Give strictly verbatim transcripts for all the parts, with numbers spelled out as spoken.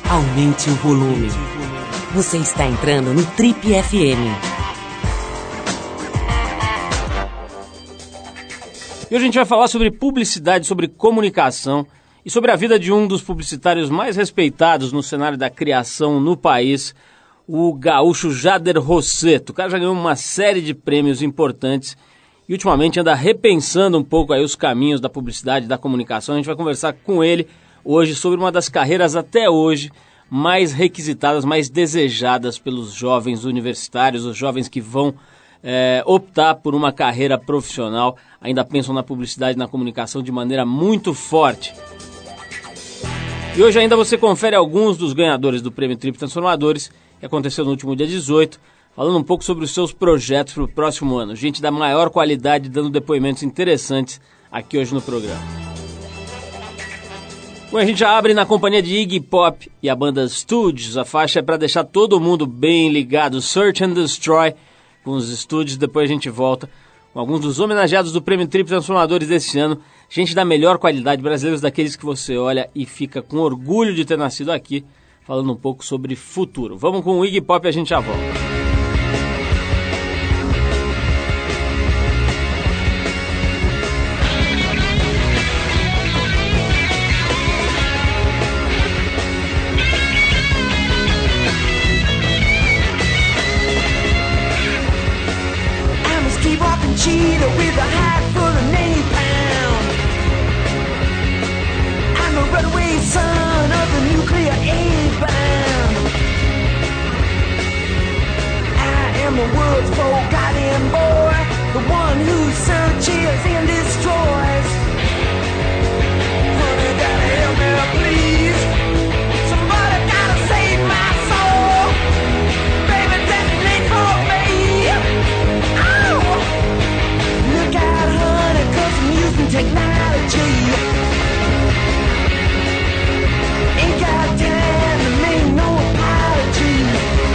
Aumente o volume. Você está entrando no Trip F M. E hoje a gente vai falar sobre publicidade, sobre comunicação e sobre a vida de um dos publicitários mais respeitados no cenário da criação no país, o gaúcho Jader Rossetto. O cara já ganhou uma série de prêmios importantes e ultimamente anda repensando um pouco aí os caminhos da publicidade e da comunicação. A gente vai conversar com ele hoje sobre uma das carreiras até hoje mais requisitadas, mais desejadas pelos jovens universitários, os jovens que vão é, optar por uma carreira profissional, ainda pensam na publicidade e na comunicação de maneira muito forte. E hoje ainda você confere alguns dos ganhadores do Prêmio Trip Transformadores, que aconteceu no último dia dezoito, falando um pouco sobre os seus projetos para o próximo ano. Gente da maior qualidade dando depoimentos interessantes aqui hoje no programa. Bom, a gente já abre na companhia de Iggy Pop e a banda Stooges. A faixa é para deixar todo mundo bem ligado, Search and Destroy, com os Stooges. Depois a gente volta com alguns dos homenageados do Prêmio Trip Transformadores desse ano. Gente da melhor qualidade, brasileiros daqueles que você olha e fica com orgulho de ter nascido aqui, falando um pouco sobre futuro. Vamos com o Iggy Pop e a gente já volta. Cheetah with a hat full of napalm. I'm the runaway son of the nuclear A-bomb. I am the world's forgotten boy, the one who searches and destroys. Honey, gotta help me, please. Somebody gotta save my soul. Baby, detonate for me. Oh! Look out, honey, 'cause I'm using technology. Ain't got time to make no apologies.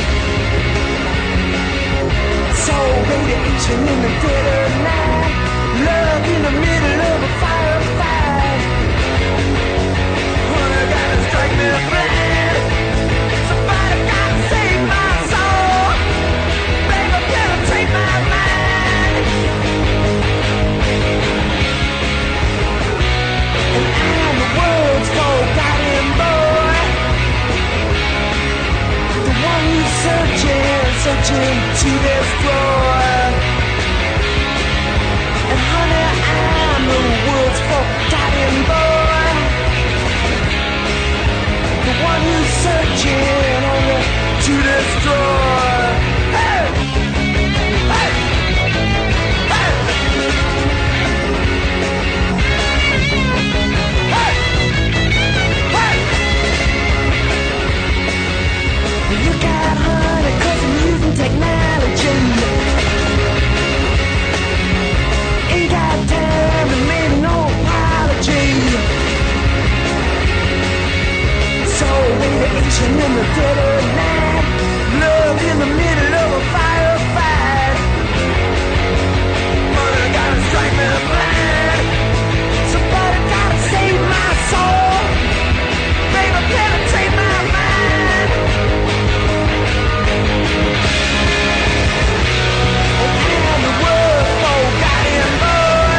So radiation in the dead of night, love in the middle of a firefight. Honey, gotta strike me blind. Somebody gotta save my soul. Baby, penetrate my mind. And I'm the world's forgotten boy, the one who's searching, searching to destroy. And honey, I'm the world's forgotten boy, the one who's searching only to destroy. Hey! Hey! Hey! Look out, honey, 'cause I'm using technology. Ain't got time to make no apology. So radiation in the dead of night, love in the middle of a firefight. Honey, gotta strike me blind. Somebody gotta save my soul. Baby, penetrate my mind. I'm the world's forgotten boy,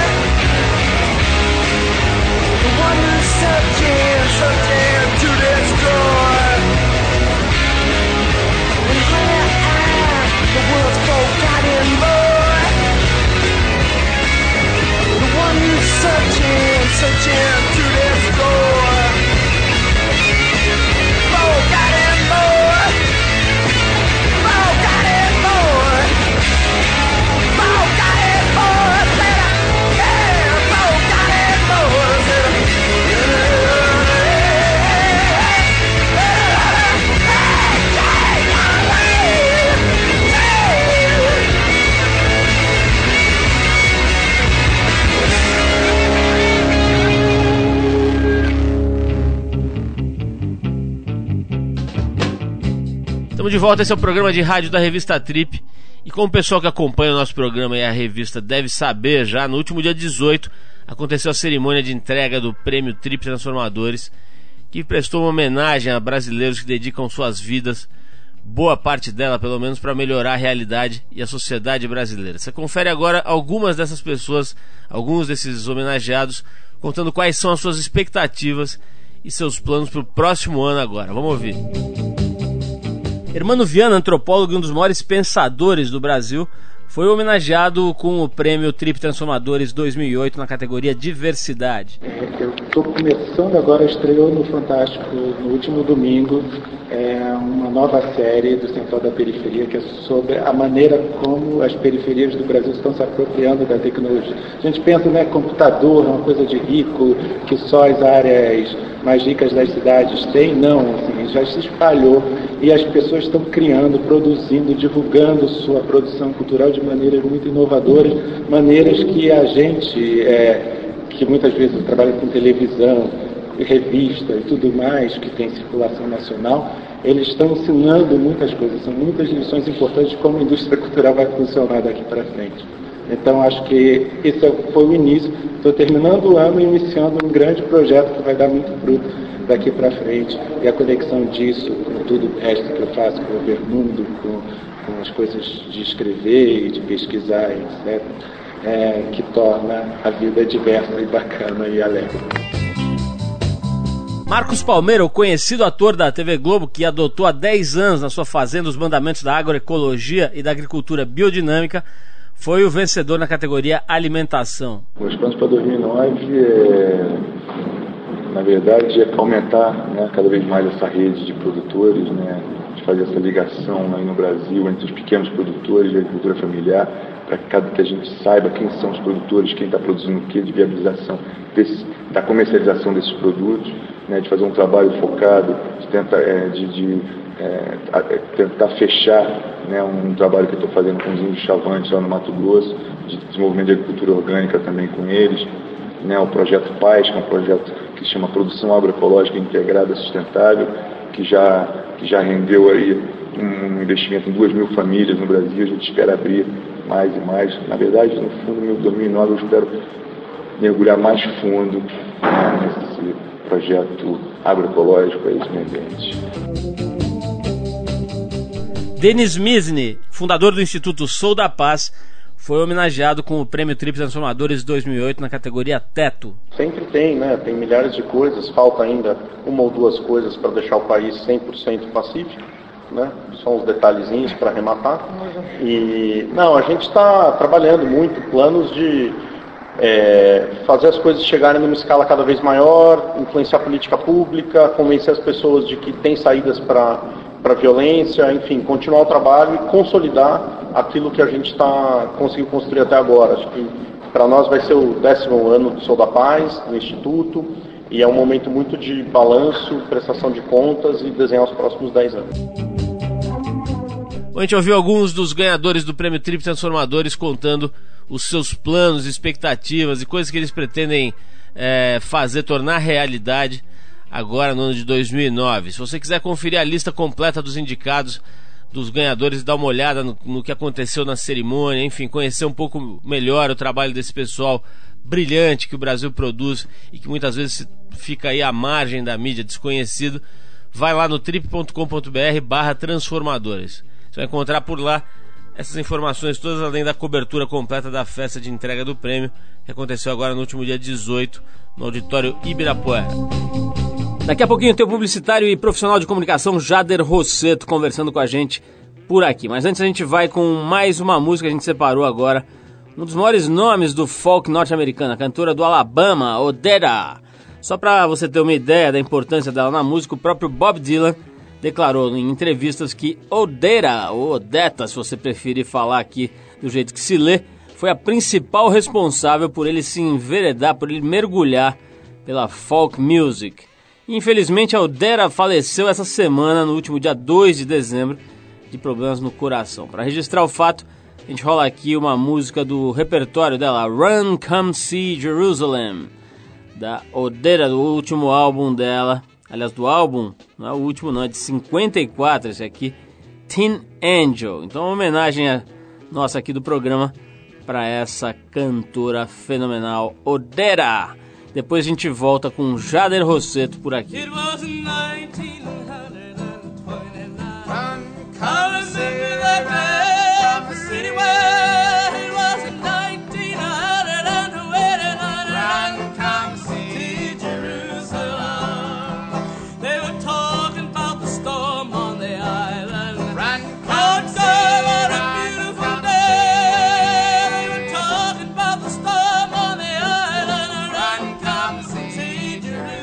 the one who's searching, searching to destroy. And honey, I'm the world's forgotten boy, the one who's searching, searching to destroy. Forgotten boy, forgotten boy, forgotten boy, said I, yeah, forgotten boy, said I. Estamos de volta, esse é o programa de rádio da revista Trip. E como o pessoal que acompanha o nosso programa e a revista deve saber, já no último dia dezoito aconteceu a cerimônia de entrega do Prêmio Trip Transformadores, que prestou uma homenagem a brasileiros que dedicam suas vidas, boa parte dela pelo menos, para melhorar a realidade e a sociedade brasileira. Você confere agora algumas dessas pessoas, alguns desses homenageados, contando quais são as suas expectativas e seus planos para o próximo ano agora. Vamos ouvir. Hermano Viana, antropólogo e um dos maiores pensadores do Brasil, foi homenageado com o prêmio Trip Transformadores dois mil e oito na categoria Diversidade. Eu estou começando agora, estreou no Fantástico no último domingo, é, uma nova série do Central da Periferia, que é sobre a maneira como as periferias do Brasil estão se apropriando da tecnologia. A gente pensa, né, computador é uma coisa de rico, que só as áreas mais ricas das cidades têm. Não, assim, já se espalhou e as pessoas estão criando, produzindo, divulgando sua produção cultural de maneiras muito inovadoras, maneiras que a gente, é, que muitas vezes trabalha com televisão, revista e tudo mais, que tem circulação nacional, eles estão ensinando muitas coisas, são muitas lições importantes de como a indústria cultural vai funcionar daqui para frente. Então, acho que esse foi o início. Estou terminando o ano e iniciando um grande projeto que vai dar muito fruto daqui para frente. E a conexão disso com tudo o resto que eu faço, com o Vermundo, com, com as coisas de escrever e de pesquisar, etcétera, é, que torna a vida diversa e bacana e alegre. Marcos Palmeira, o conhecido ator da T V Globo, que adotou há dez anos na sua fazenda os mandamentos da agroecologia e da agricultura biodinâmica, foi o vencedor na categoria Alimentação. Os planos para dois mil e nove, é, na verdade, é aumentar, né, cada vez mais essa rede de produtores, né, de fazer essa ligação aí no Brasil entre os pequenos produtores de agricultura familiar, para que, cada, que a gente saiba quem são os produtores, quem está produzindo o que, de viabilização desse, da comercialização desses produtos, né, de fazer um trabalho focado, de tentar, é, de, de é, a, é, tentar fechar, né, um trabalho que eu estou fazendo com os índios chavantes lá no Mato Grosso, de desenvolvimento de agricultura orgânica também com eles, né, o projeto Paz, que é um projeto que se chama Produção Agroecológica Integrada Sustentável, que já, que já rendeu aí um investimento em duas mil famílias no Brasil. A gente espera abrir mais e mais. Na verdade, no fundo, em dois mil e nove eu espero mergulhar mais fundo, né, nesse projeto agroecológico aí de ambiente. Denis Misny, fundador do Instituto Sou da Paz, foi homenageado com o Prêmio Trip Transformadores dois mil e oito na categoria Teto. Sempre tem, né? Tem milhares de coisas, falta ainda uma ou duas coisas para deixar o país cem por cento pacífico, né? São uns detalhezinhos para arrematar. E, não, a gente está trabalhando muito, planos de é, fazer as coisas chegarem numa escala cada vez maior, influenciar a política pública, convencer as pessoas de que tem saídas para para violência, enfim, continuar o trabalho e consolidar aquilo que a gente está conseguindo construir até agora. Acho que para nós vai ser o décimo ano do Sou da Paz, do Instituto, e é um momento muito de balanço, prestação de contas e desenhar os próximos dez anos. A gente ouviu alguns dos ganhadores do Prêmio Trip Transformadores contando os seus planos, expectativas e coisas que eles pretendem é, fazer, tornar realidade agora no ano de dois mil e nove. Se você quiser conferir a lista completa dos indicados, dos ganhadores, dar uma olhada no, no que aconteceu na cerimônia, enfim, conhecer um pouco melhor o trabalho desse pessoal brilhante que o Brasil produz e que muitas vezes fica aí à margem da mídia, desconhecido, vai lá no trip ponto com ponto b r barra transformadores. Você vai encontrar por lá essas informações todas, além da cobertura completa da festa de entrega do prêmio, que aconteceu agora no último dia dezoito, no auditório Ibirapuera. Daqui a pouquinho tem o publicitário e profissional de comunicação Jader Rosseto conversando com a gente por aqui. Mas antes a gente vai com mais uma música que a gente separou agora. Um dos maiores nomes do folk norte-americano, a cantora do Alabama, Odetta. Só para você ter uma ideia da importância dela na música, o próprio Bob Dylan declarou em entrevistas que Odetta, ou Odetta, se você preferir falar aqui do jeito que se lê, foi a principal responsável por ele se enveredar, por ele mergulhar pela folk music. Infelizmente, a Odetta faleceu essa semana, no último dia dois de dezembro, de problemas no coração. Para registrar o fato, a gente rola aqui uma música do repertório dela, Run, Come See Jerusalem, da Odetta, do último álbum dela. Aliás, do álbum, não é o último não, é de cinquenta e quatro esse aqui, Teen Angel. Então, uma homenagem a nossa aqui do programa para essa cantora fenomenal, Odetta. Depois a gente volta com Jader Rosseto por aqui. It was in nineteen twenty-nine. I remember that day, the city where it was in nineteen twenty-nine. Run, come see Jerusalem. They were talking about the storm on the island. Run, come see. What a beautiful day. They were talking about the storm on the island. Run, come see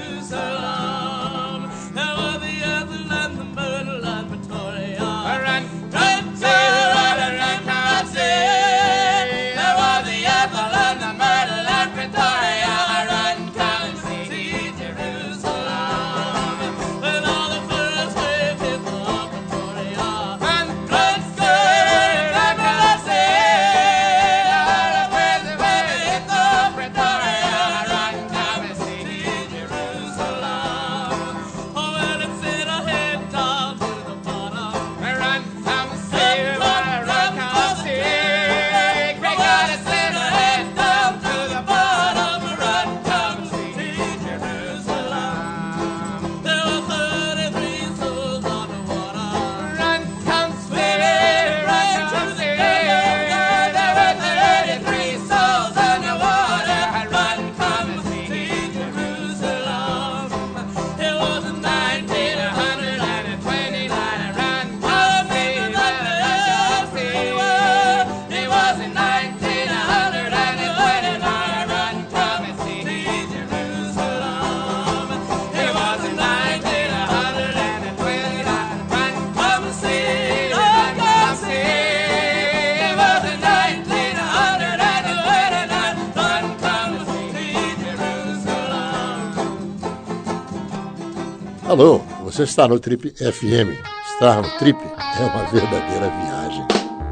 Jerusalem. There were the Ethel and the Myrtle and Victoria. Run, run, run, run, come see. There were the Ethel and the Myrtle and Victoria. Run, come see Jerusalem. When all the first wave hit the Victoria. Run, run, run, come see. When the wave hit the Victoria. Run, come see Jerusalem. Oh, well, it sent a head down to the bottom. Run, come see, run, run, come see. Great God, it sent a head down to the bottom. Run, come see Jerusalem. There were thirty-three souls on the water. Run, come see, run, come see. There were thirty-three souls on the water. Run, come see Jerusalem. It was in nineteen twenty-nine. Run, come see, run, come see. It was in nineteen twenty-nine. Run, come see Jerusalem. It was in nineteen twenty-nine. Run, come see, run, come see. It was in nineteen twenty-nine. Run, come see Jerusalem. Alô, você está no Trip F M. Estar no Trip é uma verdadeira viagem.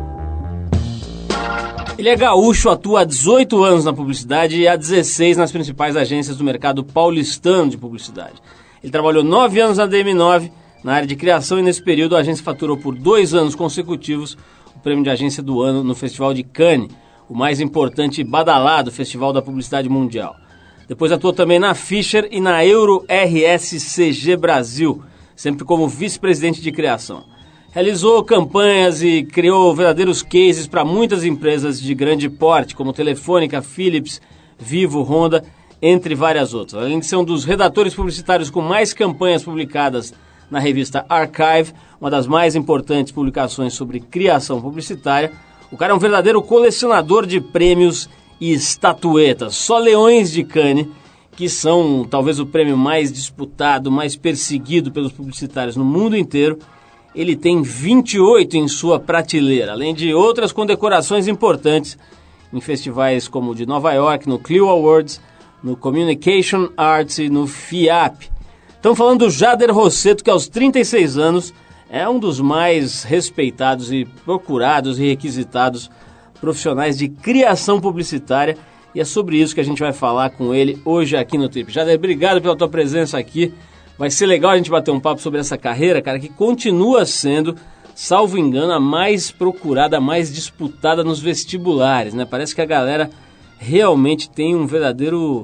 Ele é gaúcho, atua há dezoito anos na publicidade e há dezesseis nas principais agências do mercado paulistano de publicidade. Ele trabalhou nove anos na D M nove, na área de criação, e nesse período a agência faturou por dois anos consecutivos o prêmio de agência do ano no Festival de Cannes, o mais importante e badalado festival da publicidade mundial. Depois atuou também na Fischer e na Euro R S C G Brasil, sempre como vice-presidente de criação. Realizou campanhas e criou verdadeiros cases para muitas empresas de grande porte, como Telefônica, Philips, Vivo, Honda, entre várias outras. Além de ser um dos redatores publicitários com mais campanhas publicadas na revista Archive, uma das mais importantes publicações sobre criação publicitária, o cara é um verdadeiro colecionador de prêmios e estatuetas. Só Leões de Cannes, que são talvez o prêmio mais disputado, mais perseguido pelos publicitários no mundo inteiro, ele tem vinte e oito em sua prateleira, além de outras condecorações importantes em festivais como o de Nova York, no Clio Awards, no Communication Arts e no FIAP. Estamos falando do Jader Rosseto, que aos trinta e seis anos é um dos mais respeitados e procurados e requisitados profissionais de criação publicitária, e é sobre isso que a gente vai falar com ele hoje aqui no Trip. Jader, obrigado pela tua presença aqui. Vai ser legal a gente bater um papo sobre essa carreira, cara, que continua sendo, salvo engano, a mais procurada, a mais disputada nos vestibulares, né? Parece que a galera realmente tem um verdadeiro,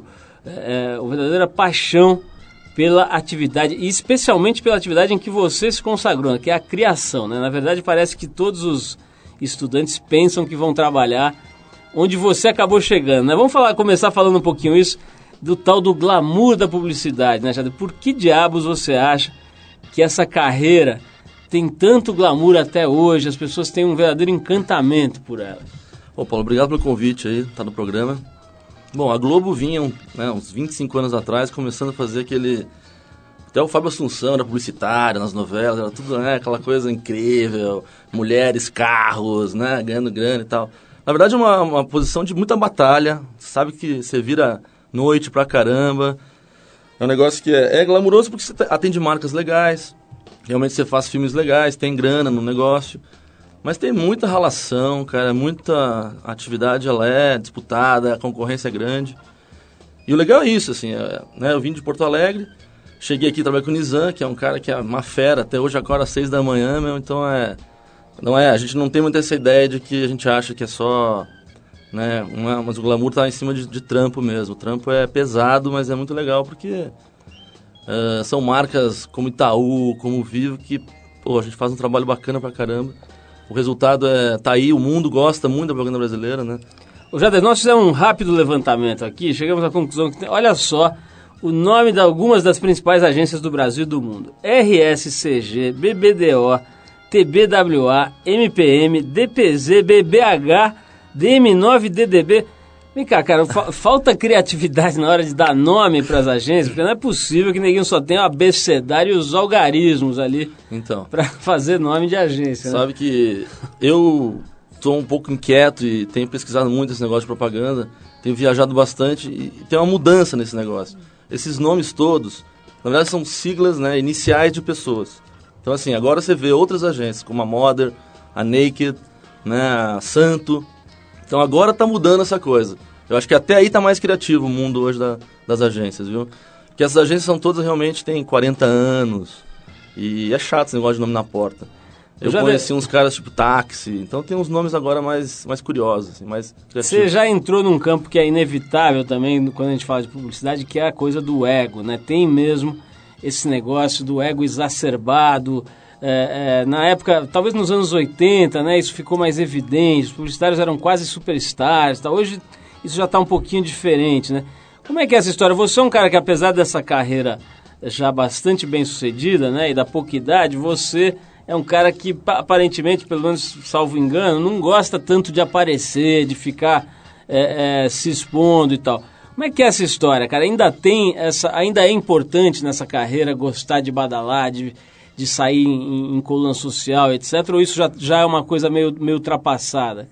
é, uma verdadeira paixão pela atividade, e especialmente pela atividade em que você se consagrou, né? Que é a criação, né? Na verdade, parece que todos os estudantes pensam que vão trabalhar onde você acabou chegando, né? Vamos falar, começar falando um pouquinho isso, do tal do glamour da publicidade, né, Jader? Por que diabos você acha que essa carreira tem tanto glamour até hoje? As pessoas têm um verdadeiro encantamento por ela. Ô Paulo, obrigado pelo convite aí, tá no programa. Bom, a Globo vinha, né, uns vinte e cinco anos atrás, começando a fazer aquele... Até o Fábio Assunção era publicitário nas novelas, era tudo, né, aquela coisa incrível, mulheres, carros, né, ganhando grana e tal. Na verdade é uma, uma posição de muita batalha, sabe que você vira noite pra caramba. É um negócio que é, é glamuroso porque você atende marcas legais, realmente você faz filmes legais, tem grana no negócio, mas tem muita ralação, cara, muita atividade, ela é disputada, a concorrência é grande. E o legal é isso, assim, é, né, eu vim de Porto Alegre, cheguei aqui, trabalhei com o Nizam, que é um cara que é uma fera, até hoje acorda às seis da manhã, meu, então é, não é, a gente não tem muito essa ideia de que a gente acha que é só, né? Uma, mas o glamour tá em cima de, de trampo mesmo. O trampo é pesado, mas é muito legal porque uh, são marcas como Itaú, como Vivo, que pô, a gente faz um trabalho bacana pra caramba. O resultado é tá aí, o mundo gosta muito da propaganda brasileira, né? O Jader, nós fizemos um rápido levantamento aqui, chegamos à conclusão que tem, olha só, o nome de algumas das principais agências do Brasil e do mundo. R S C G, B B D O, T B W A, M P M, D P Z, B B H, D M nove, D D B. Vem cá, cara, fa- falta criatividade na hora de dar nome para as agências, porque não é possível que ninguém só tenha o abecedário e os algarismos ali Então, para fazer nome de agência. Né? sabe que eu estou um pouco inquieto e tenho pesquisado muito esse negócio de propaganda, tenho viajado bastante e tem uma mudança nesse negócio. Esses nomes todos, na verdade, são siglas, né, iniciais de pessoas. Então, assim, agora você vê outras agências, como a Mother, a Naked, né, a Santo. Então, agora está mudando essa coisa. Eu acho que até aí está mais criativo o mundo hoje da, das agências, viu? Porque essas agências são todas realmente, têm quarenta anos. E é chato esse negócio de nome na porta. Eu, eu conheci vi... uns caras tipo Táxi, então tem uns nomes agora mais, mais curiosos, assim, mais criativos. Você já entrou num campo que é inevitável também quando a gente fala de publicidade, que é a coisa do ego, né? Tem mesmo esse negócio do ego exacerbado. É, é, na época, talvez nos anos oitenta, né, isso ficou mais evidente, os publicitários eram quase superstars, tá? Hoje isso já está um pouquinho diferente, né? Como é que é essa história? Você é um cara que, apesar dessa carreira já bastante bem sucedida, né, e da pouca idade, você... é um cara que, aparentemente, pelo menos salvo engano, não gosta tanto de aparecer, de ficar é, é, se expondo e tal. Como é que é essa história, cara? Ainda tem essa, ainda é importante nessa carreira gostar de badalar, de, de sair em, em coluna social, etcétera? Ou isso já, já é uma coisa meio, meio ultrapassada?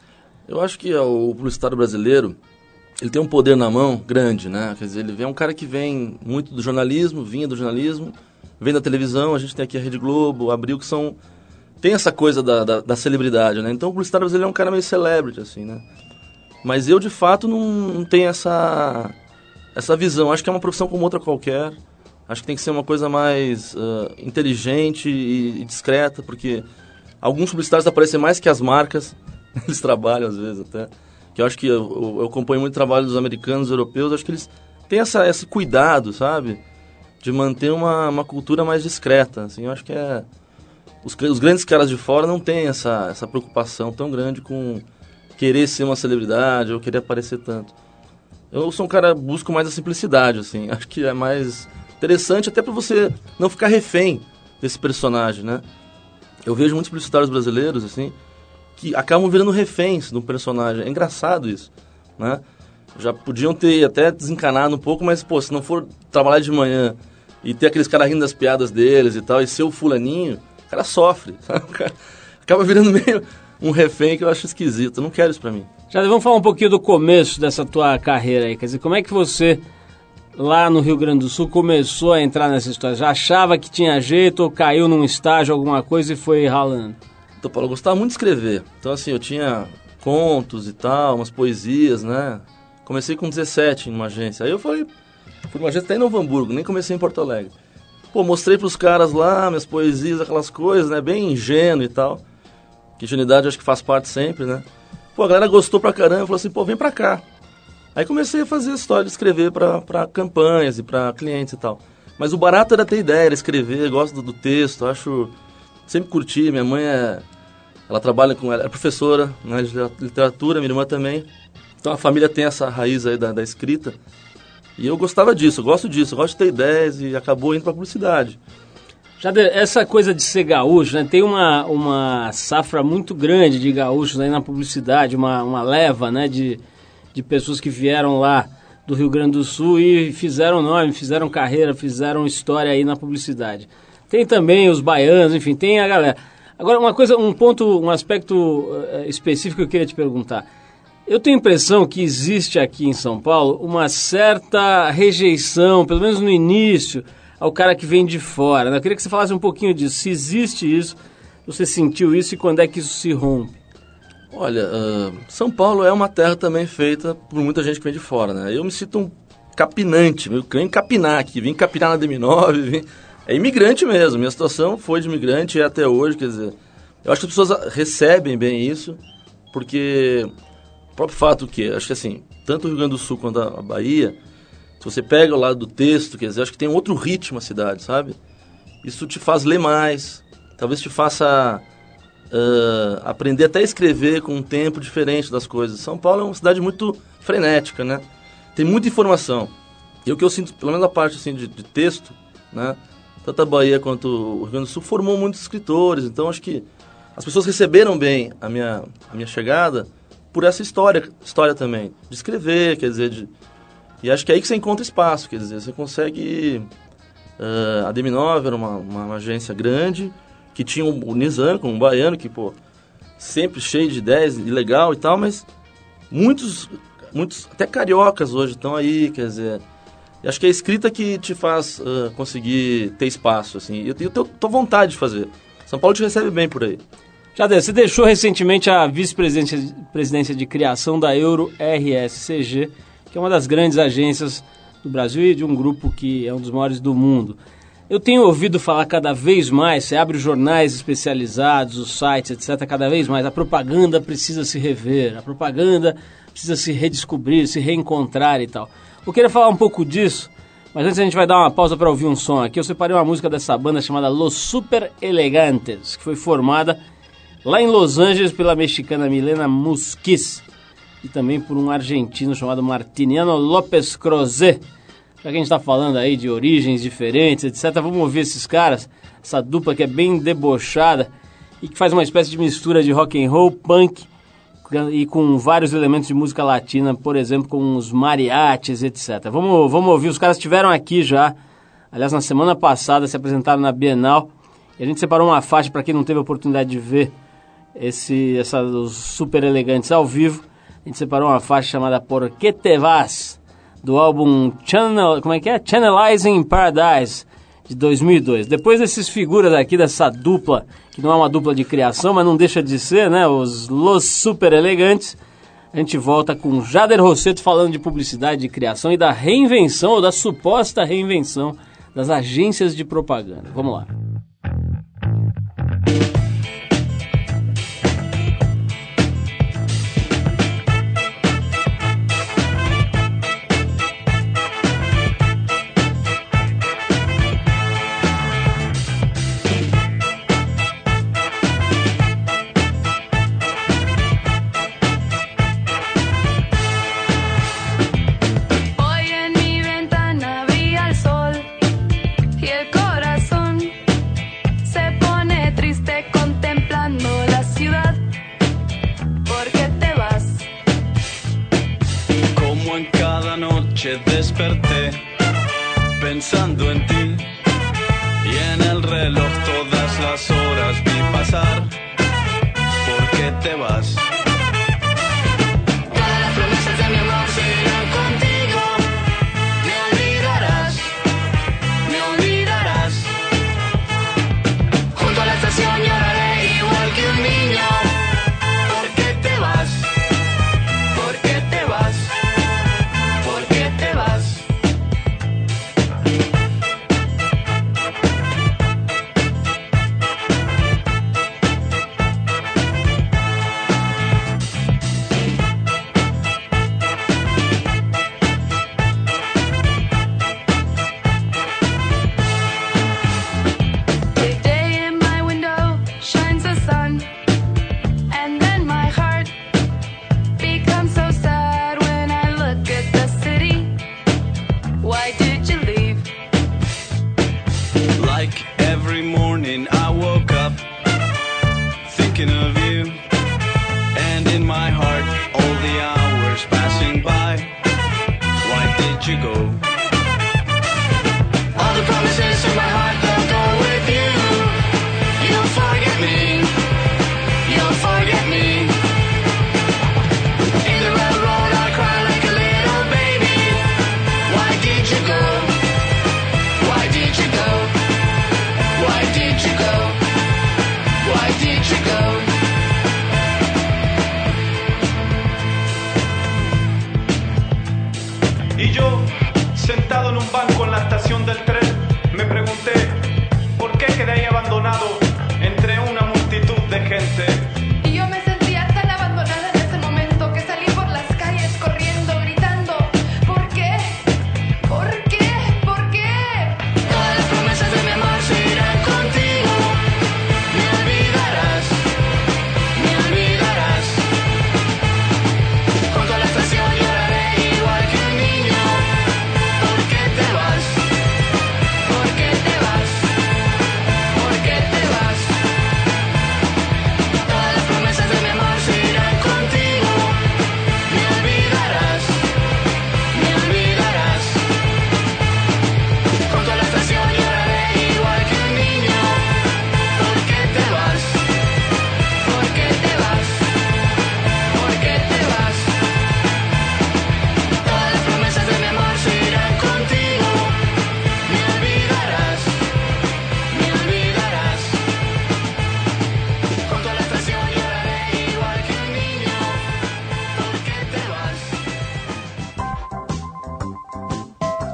Eu acho que o publicitário brasileiro, ele tem um poder na mão grande, né? Quer dizer, ele é um cara que vem muito do jornalismo, vinha do jornalismo, vem da televisão, a gente tem aqui a Rede Globo, a Abril, que são... tem essa coisa da, da, da celebridade, né? Então o publicitário brasileiro é um cara meio celebrity, assim, né? Mas eu, de fato, não, não tenho essa, essa visão. Acho que é uma profissão como outra qualquer. Acho que tem que ser uma coisa mais uh, inteligente e, e discreta, porque alguns publicitários aparecem mais que as marcas. Eles trabalham, às vezes, até. Que eu acho que eu, eu, eu acompanho muito o trabalho dos americanos, dos europeus. Acho que eles têm essa, esse cuidado, sabe? De manter uma, uma cultura mais discreta, assim, eu acho que é... Os, os grandes caras de fora não têm essa, essa preocupação tão grande com querer ser uma celebridade ou querer aparecer tanto. Eu sou um cara, busco mais a simplicidade, assim, acho que é mais interessante até para você não ficar refém desse personagem, né? Eu vejo muitos publicitários brasileiros, assim, que acabam virando reféns de um personagem, é engraçado isso, né? Já podiam ter até desencanado um pouco, mas, pô, se não for trabalhar de manhã e ter aqueles caras rindo das piadas deles e tal, e ser o fulaninho, o cara sofre, sabe? O cara acaba virando meio um refém que eu acho esquisito, eu não quero isso pra mim. Já vamos falar um pouquinho do começo dessa tua carreira aí, quer dizer, como é que você, lá no Rio Grande do Sul, começou a entrar nessa história? Já achava que tinha jeito ou caiu num estágio, alguma coisa e foi ralando? Então, Paulo, eu gostava muito de escrever, então assim, eu tinha contos e tal, umas poesias, né? Comecei com dezessete em uma agência, aí eu falei... Fui numa agência até em Novo Hamburgo, nem comecei em Porto Alegre. Pô, mostrei pros caras lá minhas poesias, aquelas coisas, né? Bem ingênuo e tal. Que ingenuidade acho que faz parte sempre, né? Pô, a galera gostou pra caramba, falou assim, pô, vem pra cá. Aí comecei a fazer a história de escrever pra, pra campanhas e pra clientes e tal. Mas o barato era ter ideia, era escrever, gosto do, do texto, acho... Sempre curti, minha mãe é... Ela trabalha com... Ela é professora, né, de literatura, minha irmã também. Então a família tem essa raiz aí da, da escrita. E eu gostava disso, eu gosto disso, eu gosto de ter ideias e acabou indo pra publicidade. Jader, essa coisa de ser gaúcho, né? Tem uma, uma safra muito grande de gaúchos aí na publicidade, uma, uma leva, né, de, de pessoas que vieram lá do Rio Grande do Sul e fizeram nome, fizeram carreira, fizeram história aí na publicidade. Tem também os baianos, enfim, tem a galera. Agora, uma coisa, um ponto, um aspecto uh, específico que eu queria te perguntar. Eu tenho a impressão que existe aqui em São Paulo uma certa rejeição, pelo menos no início, ao cara que vem de fora, né? Eu queria que você falasse um pouquinho disso, se existe isso, você sentiu isso e quando é que isso se rompe? Olha, uh, São Paulo é uma terra também feita por muita gente que vem de fora, né? Eu me sinto um capinante, eu quero capinar aqui, vim capinar na D M nove, vim... é imigrante mesmo, minha situação foi de imigrante e até hoje, quer dizer, eu acho que as pessoas recebem bem isso, porque... O próprio fato que, acho que assim, tanto o Rio Grande do Sul quanto a Bahia, se você pega o lado do texto, quer dizer, acho que tem outro ritmo a cidade, sabe? Isso te faz ler mais, talvez te faça uh, aprender até a escrever com um tempo diferente das coisas. São Paulo é uma cidade muito frenética, né? Tem muita informação. E o que eu sinto, pelo menos a parte assim, de, de texto, né? Tanto a Bahia quanto o Rio Grande do Sul formou muitos escritores, então acho que as pessoas receberam bem a minha, a minha chegada por essa história, história também, de escrever, quer dizer, de, e acho que é aí que você encontra espaço, quer dizer, você consegue... Uh, a D M nove era uma, uma, uma agência grande, que tinha o, o Nizam, como um baiano, que, pô, sempre cheio de ideias e legal e tal, mas muitos, muitos até cariocas hoje estão aí, quer dizer... E acho que é a escrita que te faz uh, conseguir ter espaço, assim, e eu tenho tô vontade de fazer. São Paulo te recebe bem por aí. Jader, você deixou recentemente a vice-presidência presidência de criação da Euro R S C G, que é uma das grandes agências do Brasil e de um grupo que é um dos maiores do mundo. Eu tenho ouvido falar cada vez mais, você abre os jornais especializados, os sites, etcétera, cada vez mais, a propaganda precisa se rever, a propaganda precisa se redescobrir, se reencontrar e tal. Eu queria falar um pouco disso, mas antes a gente vai dar uma pausa para ouvir um som aqui. Eu separei uma música dessa banda chamada Los Super Elegantes, que foi formada lá em Los Angeles pela mexicana Milena Musquiz e também por um argentino chamado Martiniano López Crozet. Já que a gente está falando aí de origens diferentes, etcétera, vamos ouvir esses caras, essa dupla que é bem debochada e que faz uma espécie de mistura de rock and roll, punk e com vários elementos de música latina, por exemplo, com os mariachis, etcétera. Vamos, vamos ouvir, os caras estiveram aqui já, aliás, na semana passada, se apresentaram na Bienal, e a gente separou uma faixa para quem não teve a oportunidade de ver esse, essa, os Super Elegantes ao vivo. A gente separou uma faixa chamada Por Que Te Vas, do álbum Channel, como é que é? Channelizing Paradise, de dois mil e dois. Depois desses figuras aqui, dessa dupla, que não é uma dupla de criação, mas não deixa de ser, né? Os Los Super Elegantes. A gente volta com Jader Rosseto falando de publicidade, de criação e da reinvenção, ou da suposta reinvenção das agências de propaganda. Vamos lá. Desperté pensando en ti y en el reloj todas las horas vi pasar. ¿Por qué te vas? Todas las promesas de mi amor serán contigo. Me olvidarás, me olvidarás. Junto a la estación lloraré igual que un niño. ¿Por qué te vas? ¿Por qué te vas?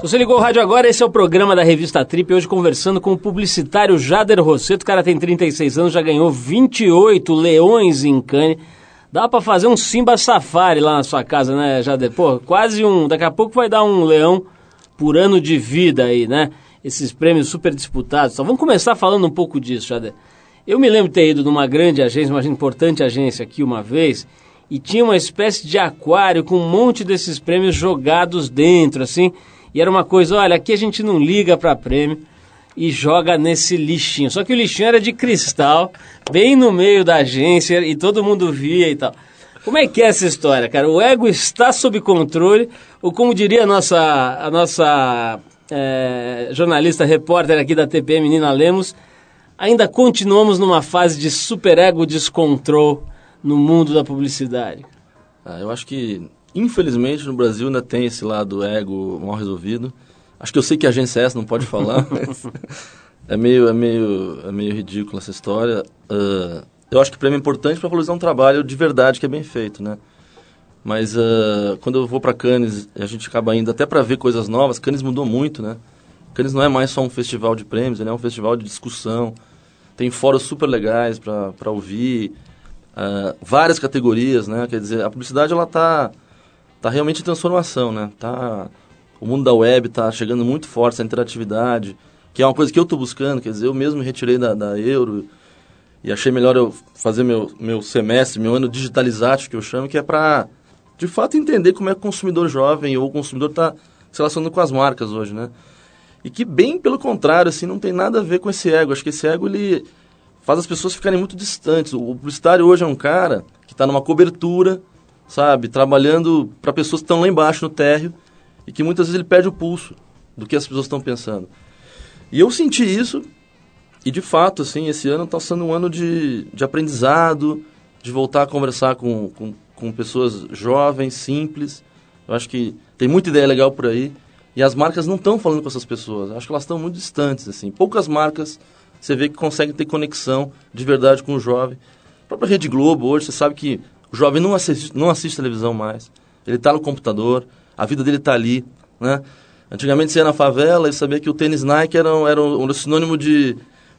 Você ligou o rádio agora, esse é o programa da Revista Trip, hoje conversando com o publicitário Jader Rosseto. O cara tem trinta e seis anos, já ganhou vinte e oito leões em Cannes. Dá pra fazer um Simba Safari lá na sua casa, né, Jader? Pô, quase um... Daqui a pouco vai dar um leão por ano de vida aí, né? Esses prêmios super disputados. Então vamos começar falando um pouco disso, Jader. Eu me lembro de ter ido numa grande agência, uma importante agência aqui uma vez, e tinha uma espécie de aquário com um monte desses prêmios jogados dentro, assim... E era uma coisa, olha, aqui a gente não liga para prêmio e joga nesse lixinho. Só que o lixinho era de cristal, bem no meio da agência e todo mundo via e tal. Como é que é essa história, cara? O ego está sob controle, ou como diria a nossa, a nossa é, jornalista repórter aqui da T P M, Nina Lemos, ainda continuamos numa fase de super ego descontrol no mundo da publicidade? Ah, eu acho que... Infelizmente, no Brasil ainda tem esse lado ego mal resolvido. Acho que eu sei que a agência é essa, não pode falar, mas é meio, é meio, é meio ridícula essa história. Uh, eu acho que o prêmio é importante para valorizar um trabalho de verdade que é bem feito, né? Mas uh, quando eu vou para Cannes, a gente acaba indo até para ver coisas novas. Cannes mudou muito, né? Cannes não é mais só um festival de prêmios, ele é um festival de discussão. Tem fóruns super legais para ouvir, uh, várias categorias, né? Quer dizer, a publicidade, ela está... Tá realmente em transformação, né? Tá, o mundo da web tá chegando muito forte, essa interatividade, que é uma coisa que eu tô buscando. Quer dizer, eu mesmo me retirei da, da Euro e achei melhor eu fazer meu, meu semestre, meu ano digitalizático, que eu chamo, que é para, de fato, entender como é que o consumidor jovem ou o consumidor tá se relacionando com as marcas hoje, né? E que, bem pelo contrário, assim, não tem nada a ver com esse ego. Acho que esse ego, ele faz as pessoas ficarem muito distantes. O publicitário hoje é um cara que está numa cobertura, sabe, trabalhando para pessoas que estão lá embaixo no térreo e que muitas vezes ele perde o pulso do que as pessoas estão pensando. E eu senti isso e, de fato, assim, esse ano está sendo um ano de, de aprendizado, de voltar a conversar com, com, com pessoas jovens, simples. Eu acho que tem muita ideia legal por aí e as marcas não estão falando com essas pessoas. Eu acho que elas estão muito distantes, assim. Poucas marcas você vê que conseguem ter conexão de verdade com o jovem. A própria Rede Globo hoje, você sabe que o jovem não assiste, não assiste televisão mais. Ele está no computador, a vida dele está ali, né? Antigamente você ia na favela e sabia que o tênis Nike era, era um, um sinônimo de,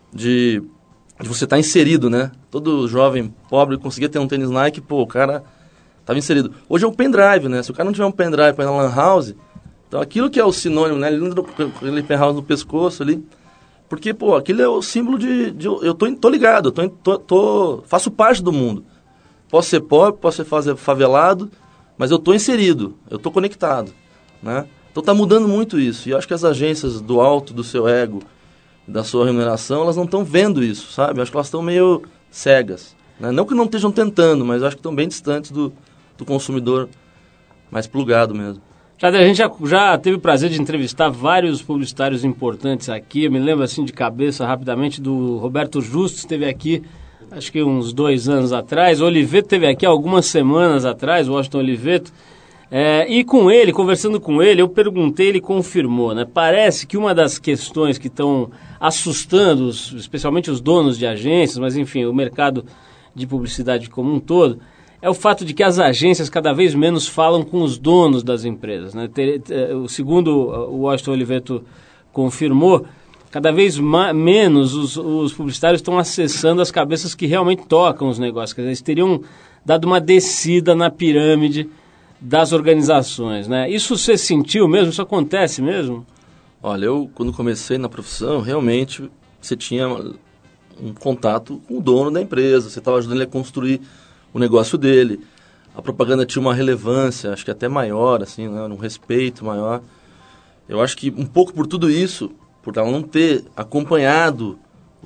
de, de você estar tá inserido, né? Todo jovem pobre conseguia ter um tênis Nike, pô, o cara estava inserido. Hoje é o pendrive, né? Se o cara não tiver um pendrive para ir na lan house, então aquilo que é o sinônimo, né? Ele anda com aquele pendrive no pescoço ali, porque, pô, aquilo é o símbolo de... de eu tô, tô ligado, eu tô, tô, tô, faço parte do mundo. Posso ser pobre, posso ser favelado, mas eu estou inserido, eu estou conectado, né? Então está mudando muito isso. E eu acho que as agências do alto do seu ego, da sua remuneração, elas não estão vendo isso, sabe? Eu acho que elas estão meio cegas, né? Não que não estejam tentando, mas eu acho que estão bem distantes do, do consumidor mais plugado mesmo. Jader, a gente já, já teve o prazer de entrevistar vários publicitários importantes aqui. Eu me lembro assim de cabeça rapidamente do Roberto Justo, esteve aqui acho que uns dois anos atrás. O Oliveto esteve aqui algumas semanas atrás, o Washington Oliveto. É, e com ele, conversando com ele, eu perguntei, ele confirmou, né? Parece que uma das questões que estão assustando, os, especialmente os donos de agências, mas enfim, o mercado de publicidade como um todo, é o fato de que as agências cada vez menos falam com os donos das empresas, né? Ter, ter, o segundo o Washington Oliveto confirmou, cada vez ma- menos os, os publicitários estão acessando as cabeças que realmente tocam os negócios. Quer dizer, eles teriam dado uma descida na pirâmide das organizações, né? Isso você sentiu mesmo? Isso acontece mesmo? Olha, eu quando comecei na profissão, realmente você tinha um contato com o dono da empresa, você estava ajudando ele a construir o negócio dele. A propaganda tinha uma relevância, acho que até maior, assim, né? Um respeito maior. Eu acho que um pouco por tudo isso, por ela não ter acompanhado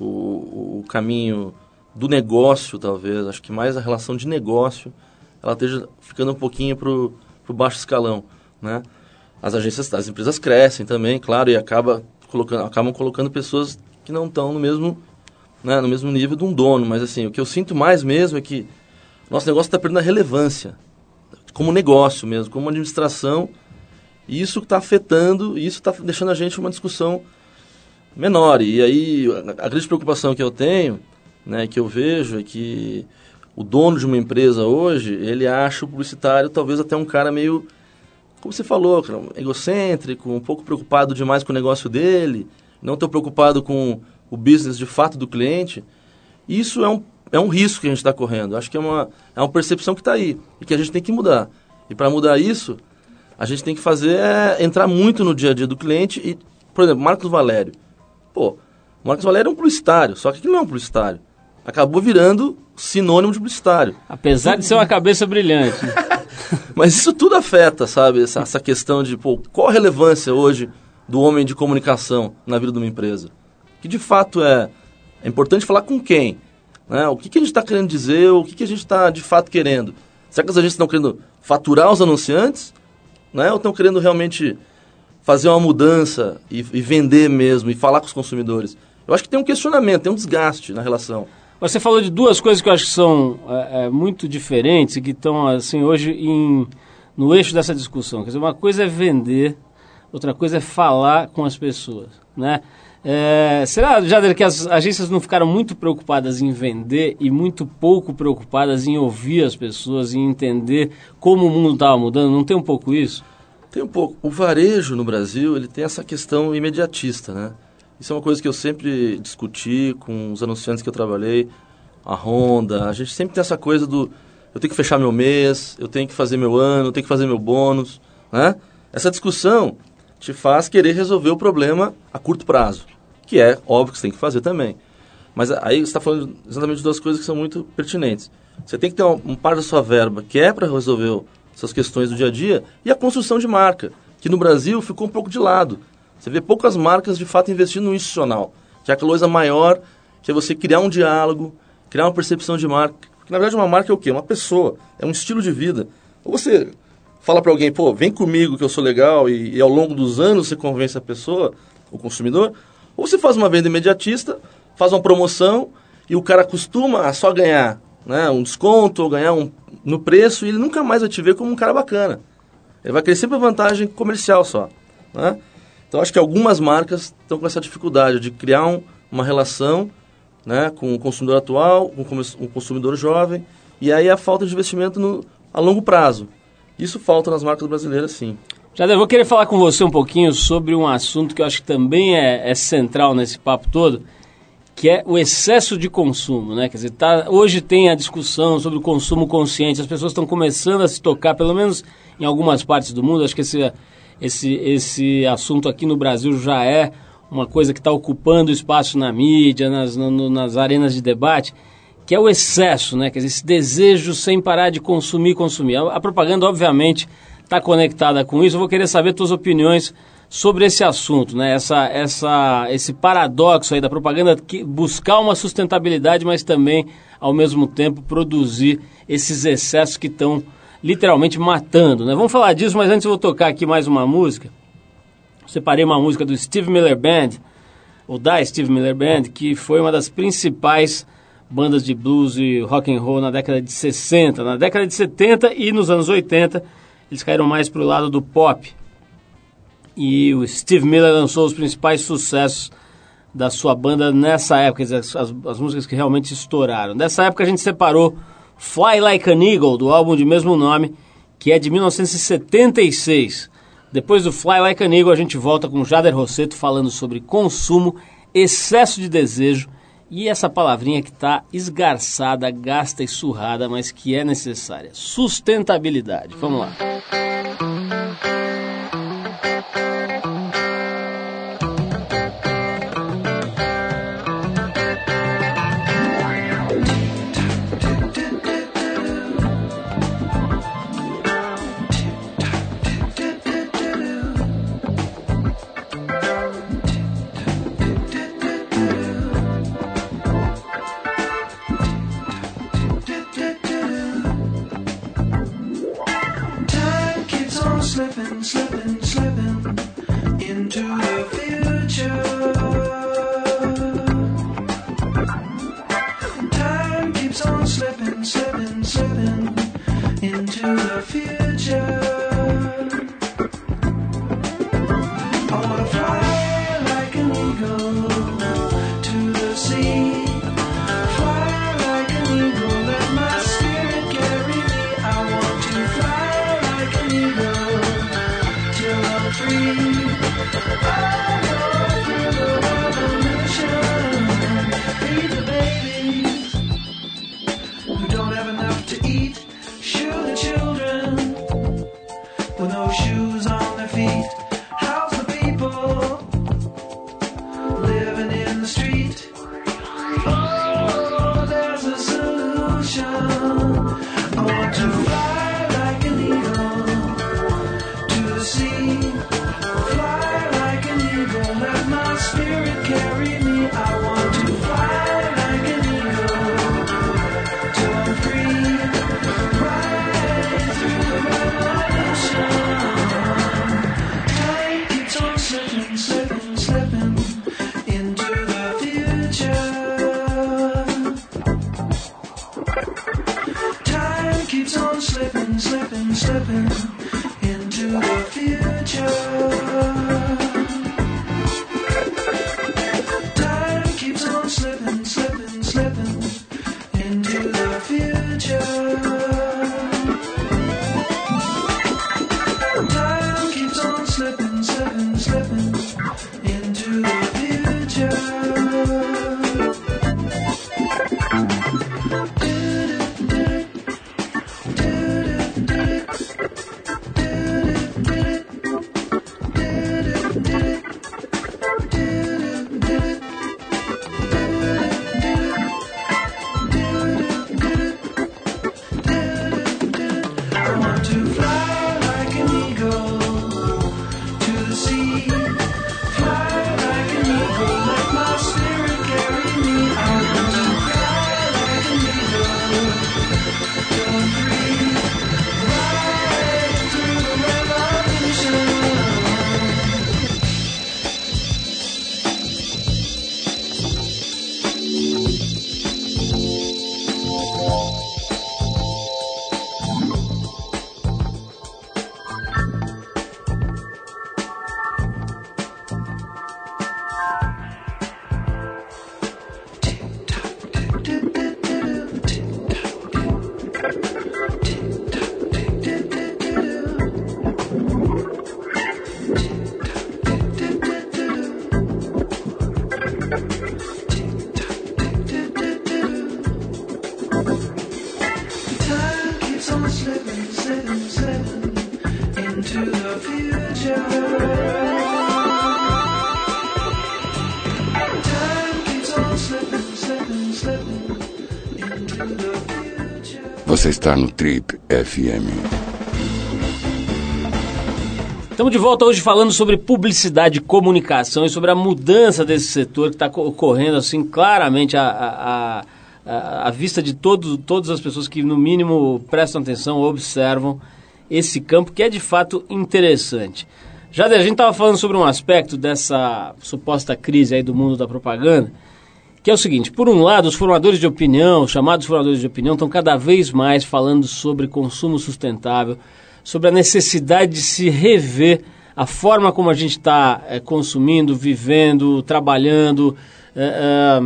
o, o caminho do negócio, talvez, acho que mais a relação de negócio, ela esteja ficando um pouquinho para o baixo escalão, né? As agências, as empresas crescem também, claro, e acaba colocando, acabam colocando pessoas que não estão no mesmo, né, no mesmo nível de um dono. Mas assim, o que eu sinto mais mesmo é que nosso negócio está perdendo a relevância, como negócio mesmo, como administração, e isso está afetando, e isso está deixando a gente uma discussão menor. E aí, a, a grande preocupação que eu tenho, né, que eu vejo, é que o dono de uma empresa hoje, ele acha o publicitário talvez até um cara meio como você falou, cara, egocêntrico, um pouco preocupado demais com o negócio dele, não tão preocupado com o business de fato do cliente. Isso é um, é um risco que a gente está correndo. Acho que é uma, é uma percepção que está aí e que a gente tem que mudar. E para mudar isso, a gente tem que fazer é entrar muito no dia a dia do cliente. E, por exemplo, Marcos Valério. Pô, Marcos Valério é um publicitário, só que ele não é um publicitário. Acabou virando sinônimo de publicitário. Apesar de ser uma cabeça brilhante. Mas isso tudo afeta, sabe? Essa, essa questão de, pô, qual a relevância hoje do homem de comunicação na vida de uma empresa? Que de fato é, é importante falar com quem? Né? O que, que a gente está querendo dizer, o que, que a gente está de fato querendo? Será que as agências estão querendo faturar os anunciantes? Né? Ou estão querendo realmente fazer uma mudança e, e vender mesmo, e falar com os consumidores? Eu acho que tem um questionamento, tem um desgaste na relação. Você falou de duas coisas que eu acho que são é, é, muito diferentes e que estão assim, hoje em, no eixo dessa discussão. Quer dizer, uma coisa é vender, outra coisa é falar com as pessoas, né? É, será, Jader, que as agências não ficaram muito preocupadas em vender e muito pouco preocupadas em ouvir as pessoas e entender como o mundo estava mudando? Não tem um pouco isso? Tem um pouco. O varejo no Brasil, ele tem essa questão imediatista, né? Isso é uma coisa que eu sempre discuti com os anunciantes que eu trabalhei, a Honda. A gente sempre tem essa coisa do eu tenho que fechar meu mês, eu tenho que fazer meu ano, eu tenho que fazer meu bônus, né? Essa discussão te faz querer resolver o problema a curto prazo, que é óbvio que você tem que fazer também. Mas aí você está falando exatamente de duas coisas que são muito pertinentes. Você tem que ter um, um par da sua verba que é para resolver essas questões do dia a dia e a construção de marca, que no Brasil ficou um pouco de lado. Você vê poucas marcas, de fato, investindo no institucional, que é aquela coisa maior, que é você criar um diálogo, criar uma percepção de marca. Porque, na verdade, uma marca é o quê? Uma pessoa, é um estilo de vida. Ou você fala para alguém, pô, vem comigo que eu sou legal, e, e ao longo dos anos você convence a pessoa, o consumidor, ou você faz uma venda imediatista, faz uma promoção, e o cara acostuma a só ganhar, né, um desconto, ou ganhar um, no preço, e ele nunca mais vai te ver como um cara bacana. Ele vai querer sempre a vantagem comercial só, né? Então, acho que algumas marcas estão com essa dificuldade de criar um, uma relação, né, com o consumidor atual, com o consumidor jovem, e aí a falta de investimento no, a longo prazo. Isso falta nas marcas brasileiras, sim. Jader, eu vou querer falar com você um pouquinho sobre um assunto que eu acho que também é, é central nesse papo todo, que é o excesso de consumo, né? Quer dizer, tá, hoje tem a discussão sobre o consumo consciente, as pessoas estão começando a se tocar, pelo menos em algumas partes do mundo. Acho que esse... Esse, esse assunto aqui no Brasil já é uma coisa que está ocupando espaço na mídia, nas, no, nas arenas de debate, que é o excesso, né? Quer dizer, esse desejo sem parar de consumir, consumir. A, a propaganda, obviamente, está conectada com isso. Eu vou querer saber tuas opiniões sobre esse assunto, né? Essa, essa, esse paradoxo aí da propaganda, que buscar uma sustentabilidade, mas também, ao mesmo tempo, produzir esses excessos que estão literalmente matando, né? Vamos falar disso, mas antes eu vou tocar aqui mais uma música. Separei uma música do Steve Miller Band, ou da Steve Miller Band, que foi uma das principais bandas de blues e rock and roll na década de sessenta. Na década de setenta e nos anos oitenta, eles caíram mais para o lado do pop. E o Steve Miller lançou os principais sucessos da sua banda nessa época, as, as, as músicas que realmente estouraram. Dessa época a gente separou Fly Like an Eagle, do álbum de mesmo nome, que é de mil novecentos e setenta e seis. Depois do Fly Like an Eagle, a gente volta com Jader Rossetto falando sobre consumo, excesso de desejo e essa palavrinha que está esgarçada, gasta e surrada, mas que é necessária: sustentabilidade. Vamos lá. Slipping, slipping, slipping into the future. Time keeps on slipping, slipping, slipping into the future. I wanna fly like an eagle to the sea. Fly like an eagle, let my spirit carry me. I want to fly like an eagle slipping, slipping into the future. Time keeps on slipping, slipping, slipping into the future. Time keeps on slipping, slipping, slipping into the future. Você está no Trip F M. Estamos de volta hoje falando sobre publicidade e comunicação e sobre a mudança desse setor que está ocorrendo assim claramente à, à, à, à vista de todo, todas as pessoas que no mínimo prestam atenção, observam esse campo que é de fato interessante. Já a gente estava falando sobre um aspecto dessa suposta crise aí do mundo da propaganda, que é o seguinte: por um lado, os formadores de opinião, os chamados formadores de opinião, estão cada vez mais falando sobre consumo sustentável, sobre a necessidade de se rever a forma como a gente está é, consumindo, vivendo, trabalhando, é,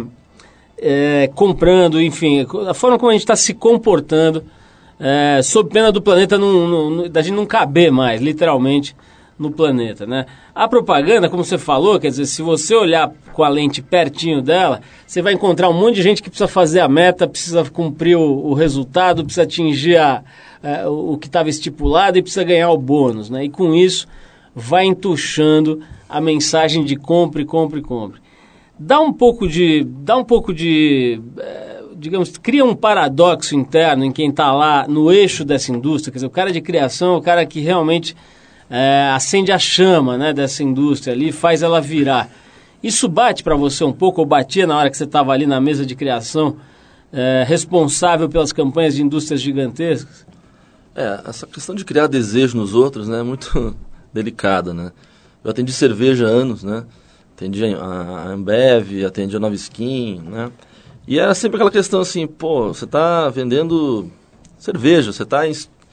é, é, comprando, enfim, a forma como a gente está se comportando, é, sob pena do planeta não, não, da gente não caber mais, literalmente, no planeta, né? A propaganda, como você falou, quer dizer, se você olhar com a lente pertinho dela, você vai encontrar um monte de gente que precisa fazer a meta, precisa cumprir o, o resultado, precisa atingir a, a, o que estava estipulado e precisa ganhar o bônus, né? E com isso vai entuchando a mensagem de compre, compre, compre. Dá um pouco de, dá um pouco de, é, digamos, cria um paradoxo interno em quem está lá no eixo dessa indústria, quer dizer, o cara de criação é o cara que realmente É, acende a chama, né, dessa indústria ali, faz ela virar. Isso bate para você um pouco, ou batia na hora que você estava ali na mesa de criação, é, responsável pelas campanhas de indústrias gigantescas? É, essa questão de criar desejo nos outros, né, é muito delicada, né. Eu atendi cerveja há anos, né, atendi a Ambev, atendi a Nova Skin, né, e era sempre aquela questão assim, pô, você está vendendo cerveja, você está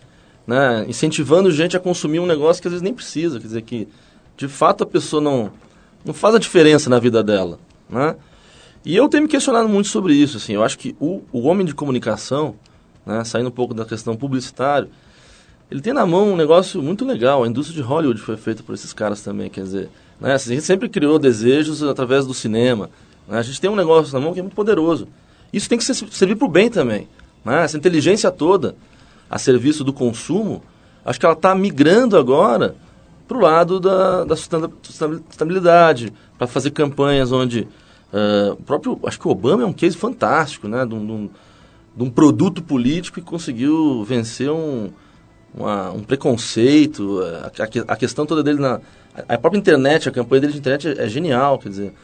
né, incentivando gente a consumir um negócio que às vezes nem precisa, quer dizer que de fato a pessoa não, não faz a diferença na vida dela, né? E eu tenho me questionado muito sobre isso, assim, eu acho que o, o homem de comunicação, né, saindo um pouco da questão publicitária, ele tem na mão um negócio muito legal. A indústria de Hollywood foi feita por esses caras também, quer dizer, né, a gente sempre criou desejos através do cinema, né, a gente tem um negócio na mão que é muito poderoso. Isso tem que ser, servir para o bem também, né, essa inteligência toda a serviço do consumo, acho que ela está migrando agora para o lado da, da sustentabilidade, para fazer campanhas onde uh, o próprio, acho que o Obama é um case fantástico, né, de um, de um, de um produto político que conseguiu vencer um, uma, um preconceito, a, a, a questão toda dele na a própria internet, a campanha dele de internet é, é genial, quer dizer,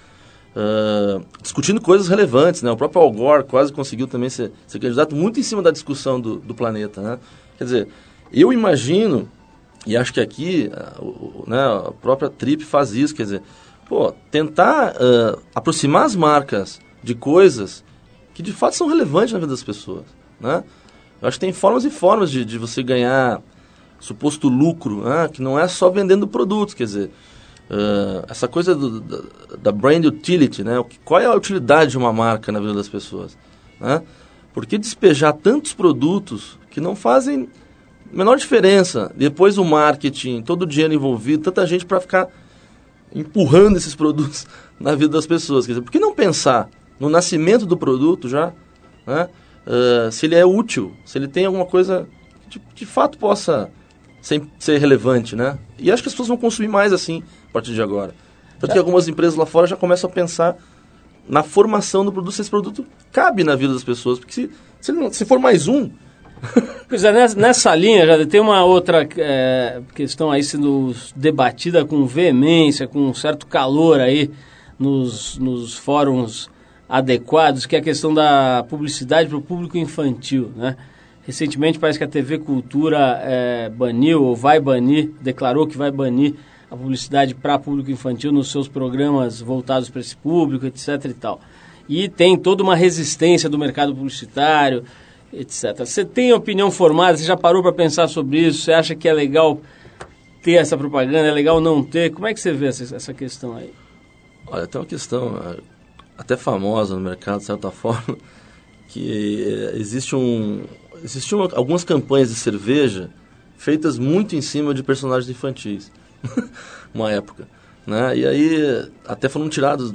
uh, discutindo coisas relevantes, né, o próprio Al Gore quase conseguiu também ser, ser candidato muito em cima da discussão do, do planeta, né, quer dizer, eu imagino, e acho que aqui uh, o, né, a própria Trip faz isso, quer dizer, pô, tentar uh, aproximar as marcas de coisas que de fato são relevantes na vida das pessoas, né? Eu acho que tem formas e formas de, de você ganhar suposto lucro, né? Que não é só vendendo produtos, quer dizer, uh, essa coisa do, da, da brand utility, né? Qual é a utilidade de uma marca na vida das pessoas, né? Por que despejar tantos produtos que não fazem a menor diferença? Depois o marketing, todo o dinheiro envolvido, tanta gente para ficar empurrando esses produtos na vida das pessoas. Quer dizer, por que não pensar no nascimento do produto já, né? Uh, se ele é útil, se ele tem alguma coisa que de, de fato possa ser, ser relevante, né? E acho que as pessoas vão consumir mais assim a partir de agora. Tanto que algumas empresas lá fora já começam a pensar na formação do produto, se esse produto cabe na vida das pessoas. Porque se, se, ele, se for mais um... Pois é, nessa, nessa linha já tem uma outra é, questão aí sendo debatida com veemência, com um certo calor aí nos, nos fóruns adequados, que é a questão da publicidade para o público infantil, né? Recentemente parece que a T V Cultura é, baniu ou vai banir, declarou que vai banir a publicidade para público infantil nos seus programas voltados para esse público, etc e tal. E tem toda uma resistência do mercado publicitário, etcétera. Você tem opinião formada? Você já parou para pensar sobre isso? Você acha que é legal ter essa propaganda? É legal não ter? Como é que você vê essa, essa questão aí? Olha, tem uma questão até famosa no mercado, de certa forma, que existe um, existiam algumas campanhas de cerveja feitas muito em cima de personagens infantis, uma época, né? E aí até foram tirados,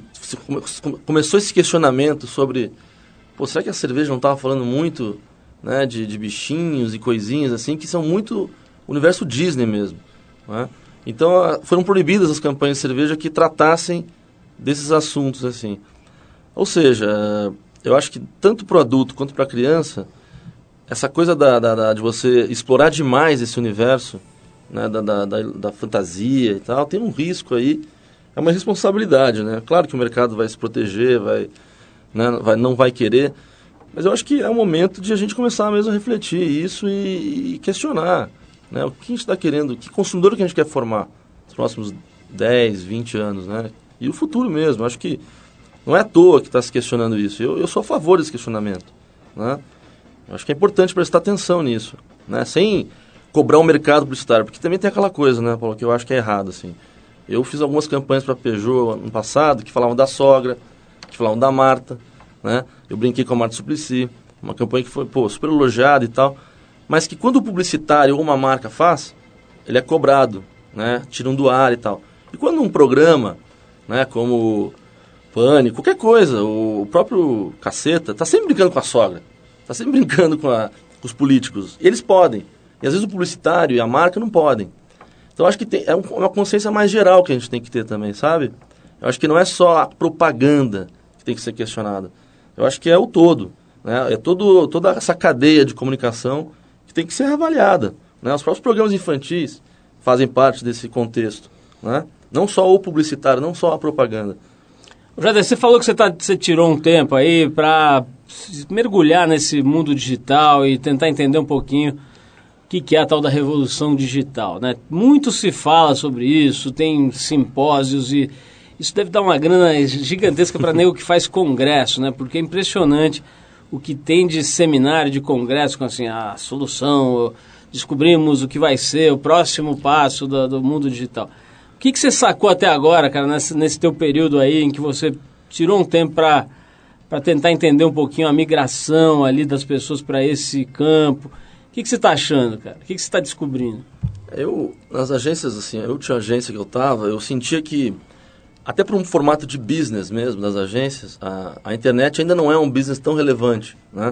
começou esse questionamento sobre, pô, será que a cerveja não estava falando muito, né, de, de bichinhos e coisinhas assim, que são muito universo Disney mesmo, né? Então foram proibidas as campanhas de cerveja que tratassem desses assuntos assim. Ou seja, eu acho que tanto para o adulto quanto para a criança, essa coisa da, da, da, de você explorar demais esse universo, né, da, da, da, da fantasia e tal, tem um risco aí, é uma responsabilidade, né? Claro que o mercado vai se proteger, vai, né, vai, não vai querer, mas eu acho que é o momento de a gente começar mesmo a refletir isso e, e questionar, né, o que a gente está querendo, que consumidor que a gente quer formar nos próximos dez, vinte anos, né? E o futuro mesmo, eu acho que não é à toa que está se questionando isso. Eu, eu sou a favor desse questionamento, né? Eu acho que é importante prestar atenção nisso, né? Sem cobrar o mercado publicitário, porque também tem aquela coisa, né, Paulo, que eu acho que é errado, assim. Eu fiz algumas campanhas para a Peugeot no passado que falavam da sogra, que falavam da Marta, né? Eu brinquei com a Marta Suplicy, uma campanha que foi, pô, super elogiada e tal, mas que quando o publicitário ou uma marca faz, ele é cobrado, né? Tiram do ar e tal. E quando um programa, né, como Pânico, qualquer coisa, o próprio Caceta, tá sempre brincando com a sogra, tá sempre brincando com, a, com os políticos. E eles podem. E às vezes o publicitário e a marca não podem. Então eu acho que tem, é um, uma consciência mais geral que a gente tem que ter também, sabe? Eu acho que não é só a propaganda que tem que ser questionada. Eu acho que é o todo, né? É todo, toda essa cadeia de comunicação que tem que ser avaliada, né? Os próprios programas infantis fazem parte desse contexto, né? Não só o publicitário, não só a propaganda. Jader, você falou que você, tá, você tirou um tempo aí para mergulhar nesse mundo digital e tentar entender um pouquinho o que, que é a tal da revolução digital, né? Muito se fala sobre isso, tem simpósios e isso deve dar uma grana gigantesca para nego que faz congresso, né? Porque é impressionante o que tem de seminário, de congresso, com assim, a solução, descobrimos o que vai ser, o próximo passo do, do mundo digital. O que, que você sacou até agora, cara, nesse, nesse teu período aí em que você tirou um tempo para para tentar entender um pouquinho a migração ali das pessoas para esse campo? O que, que você está achando, cara? O que, que você está descobrindo? Eu, nas agências, assim, a última agência que eu estava, eu sentia que, até para um formato de business mesmo, das agências, a, a internet ainda não é um business tão relevante, né?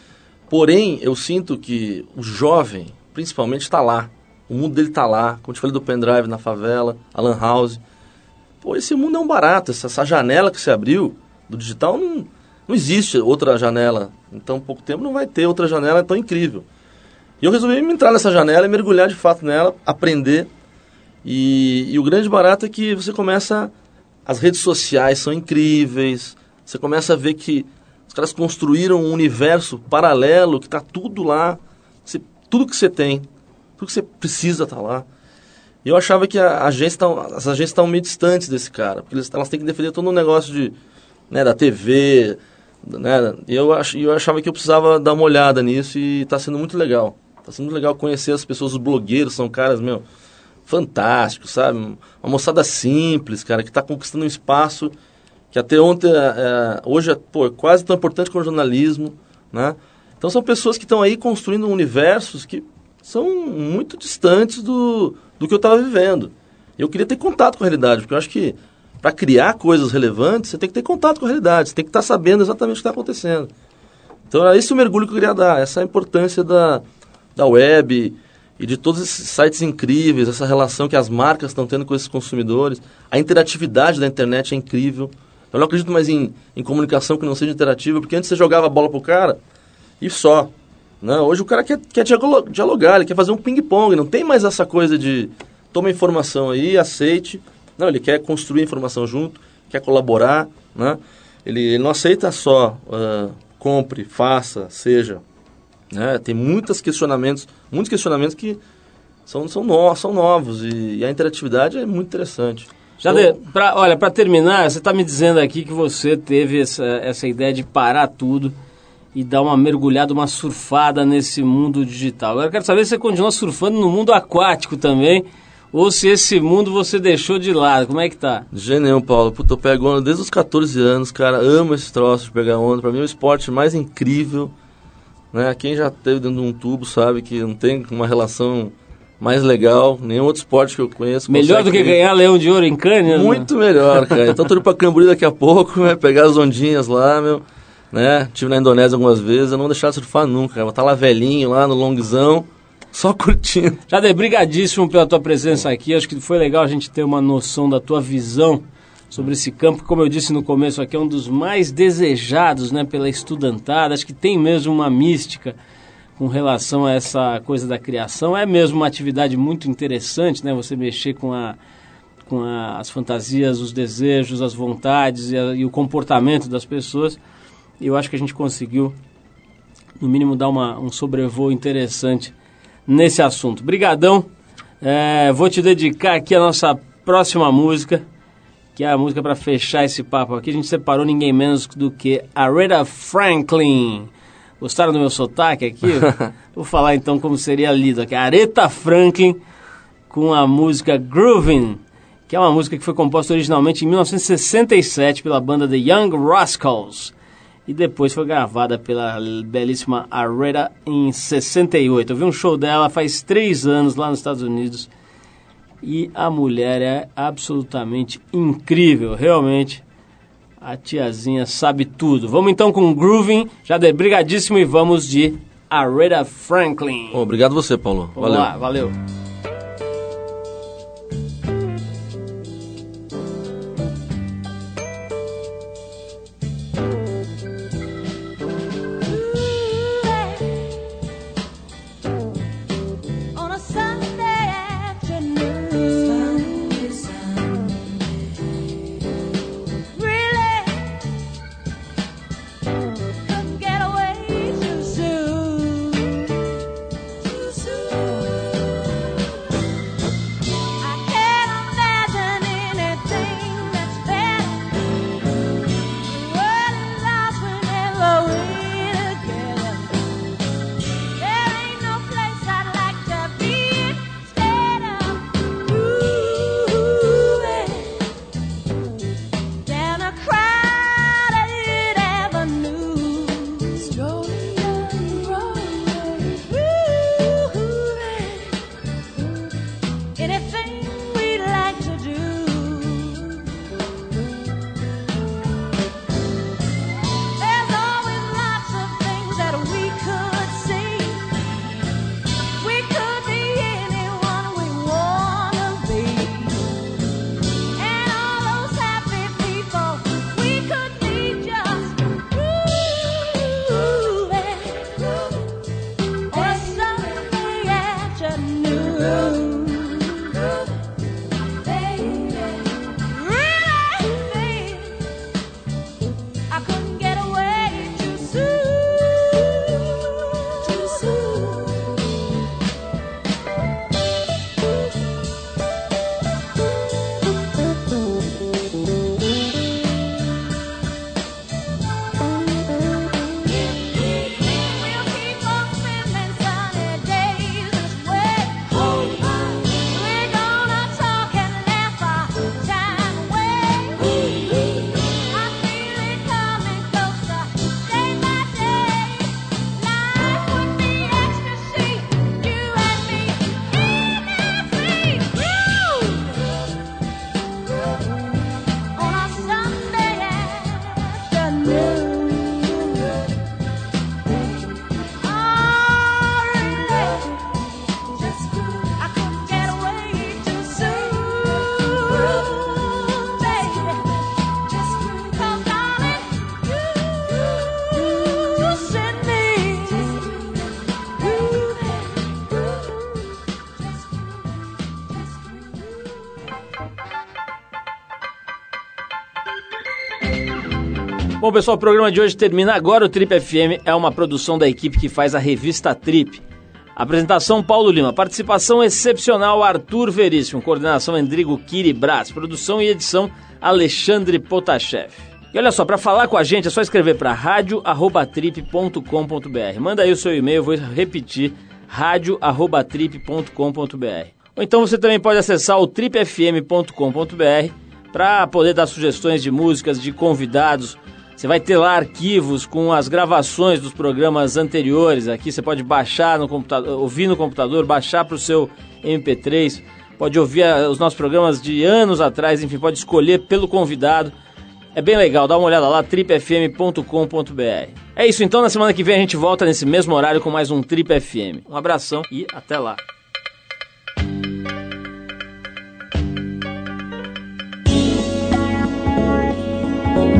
Porém, eu sinto que o jovem, principalmente, está lá. O mundo dele está lá, como eu te falei do pendrive na favela, a lan house. Pô, esse mundo é um barato, essa, essa janela que se abriu do digital, não, não existe outra janela. Em tão pouco tempo não vai ter outra janela tão incrível. E eu resolvi entrar nessa janela e mergulhar de fato nela, aprender. E, e o grande barato é que você começa... As redes sociais são incríveis, você começa a ver que os caras construíram um universo paralelo, que está tudo lá, você, tudo que você tem, tudo que você precisa está lá. E eu achava que a agência tá, as agências estão meio distantes desse cara, porque eles, elas têm que defender todo um negócio de, né, da T V, né, e eu, ach, eu achava que eu precisava dar uma olhada nisso e está sendo muito legal. Tá sendo muito legal conhecer as pessoas, os blogueiros, são caras, meu, fantásticos, sabe? Uma moçada simples, cara, que tá conquistando um espaço que até ontem, é, hoje é pô, quase tão importante como o jornalismo, né? Então são pessoas que estão aí construindo universos que são muito distantes do, do que eu estava vivendo. Eu queria ter contato com a realidade, porque eu acho que para criar coisas relevantes, você tem que ter contato com a realidade, você tem que estar sabendo exatamente o que está acontecendo. Então era esse o mergulho que eu queria dar, essa é a importância da, da web e de todos esses sites incríveis, essa relação que as marcas estão tendo com esses consumidores. A interatividade da internet é incrível. Eu não acredito mais em, em comunicação que não seja interativa, porque antes você jogava a bola pro cara e só. Não, hoje o cara quer, quer dialogar, ele quer fazer um ping-pong, não tem mais essa coisa de toma informação aí, aceite. Não, ele quer construir informação junto, quer colaborar, né? Ele, ele não aceita só uh, compre, faça, seja. Né? Tem muitos questionamentos, muitos questionamentos que são, são, no, são novos e, e a interatividade é muito interessante. Jade, então, pra, olha, para terminar, você está me dizendo aqui que você teve essa, essa ideia de parar tudo e dar uma mergulhada, uma surfada nesse mundo digital. Agora eu quero saber se você continua surfando no mundo aquático também, ou se esse mundo você deixou de lado. Como é que tá? De jeito nenhum, Paulo. Puta, eu pego onda desde os catorze anos, cara. Amo esse troço de pegar onda. Pra mim é o esporte mais incrível. Né? Quem já esteve dentro de um tubo sabe que não tem uma relação mais legal. Nenhum outro esporte que eu conheço. Melhor do que ganhar leão de ouro em Cânia? Muito né? melhor, cara. Então tô indo pra Camboriú daqui a pouco, né? Pegar as ondinhas lá, meu. Né? Tive na Indonésia algumas vezes. Eu não vou deixar de surfar nunca, cara. Vou estar lá velhinho, lá no longzão. Só curtindo. Jade, brigadíssimo pela tua presença aqui. Acho que foi legal a gente ter uma noção da tua visão sobre esse campo. Como eu disse no começo aqui, é um dos mais desejados, né, pela estudantada. Acho que tem mesmo uma mística com relação a essa coisa da criação. É mesmo uma atividade muito interessante, né? Você mexer com, a, com a, as fantasias, os desejos, as vontades e, a, e o comportamento das pessoas. E eu acho que a gente conseguiu, no mínimo, dar uma, um sobrevoo interessante nesse assunto. Brigadão. É, vou te dedicar aqui a nossa próxima música, que é a música para fechar esse papo aqui. A gente separou ninguém menos do que Aretha Franklin. Gostaram do meu sotaque aqui? Vou falar então como seria lido aqui. Aretha Franklin com a música Groovin', que é uma música que foi composta originalmente em mil novecentos e sessenta e sete pela banda The Young Rascals. E depois foi gravada pela belíssima Aretha em sessenta e oito. Eu vi um show dela faz três anos lá nos Estados Unidos. E a mulher é absolutamente incrível. Realmente, a tiazinha sabe tudo. Vamos então com Groovin'. Já dei brigadíssimo e vamos de Aretha Franklin. Oh, obrigado você, Paulo. Vamos valeu. lá, valeu. Bom, pessoal, o programa de hoje termina agora. O Trip F M é uma produção da equipe que faz a revista Trip. Apresentação Paulo Lima, participação excepcional Arthur Veríssimo, coordenação Endrigo Kiribras, produção e edição Alexandre Potashev. E olha só, para falar com a gente é só escrever para rádio arroba trip ponto com ponto b r. Manda aí o seu e-mail, eu vou repetir, rádio arroba trip ponto com ponto b r. Ou então você também pode acessar o trip f m ponto com ponto b r para poder dar sugestões de músicas, de convidados. Você vai ter lá arquivos com as gravações dos programas anteriores. Aqui você pode baixar no computador, ouvir no computador, baixar para o seu M P três. Pode ouvir os nossos programas de anos atrás, enfim, pode escolher pelo convidado. É bem legal, dá uma olhada lá, trip f m ponto com ponto b r. É isso então, na semana que vem a gente volta nesse mesmo horário com mais um Trip F M. Um abração e até lá.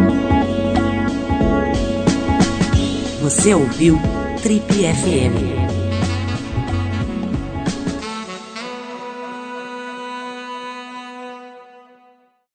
Você ouviu Trip F M.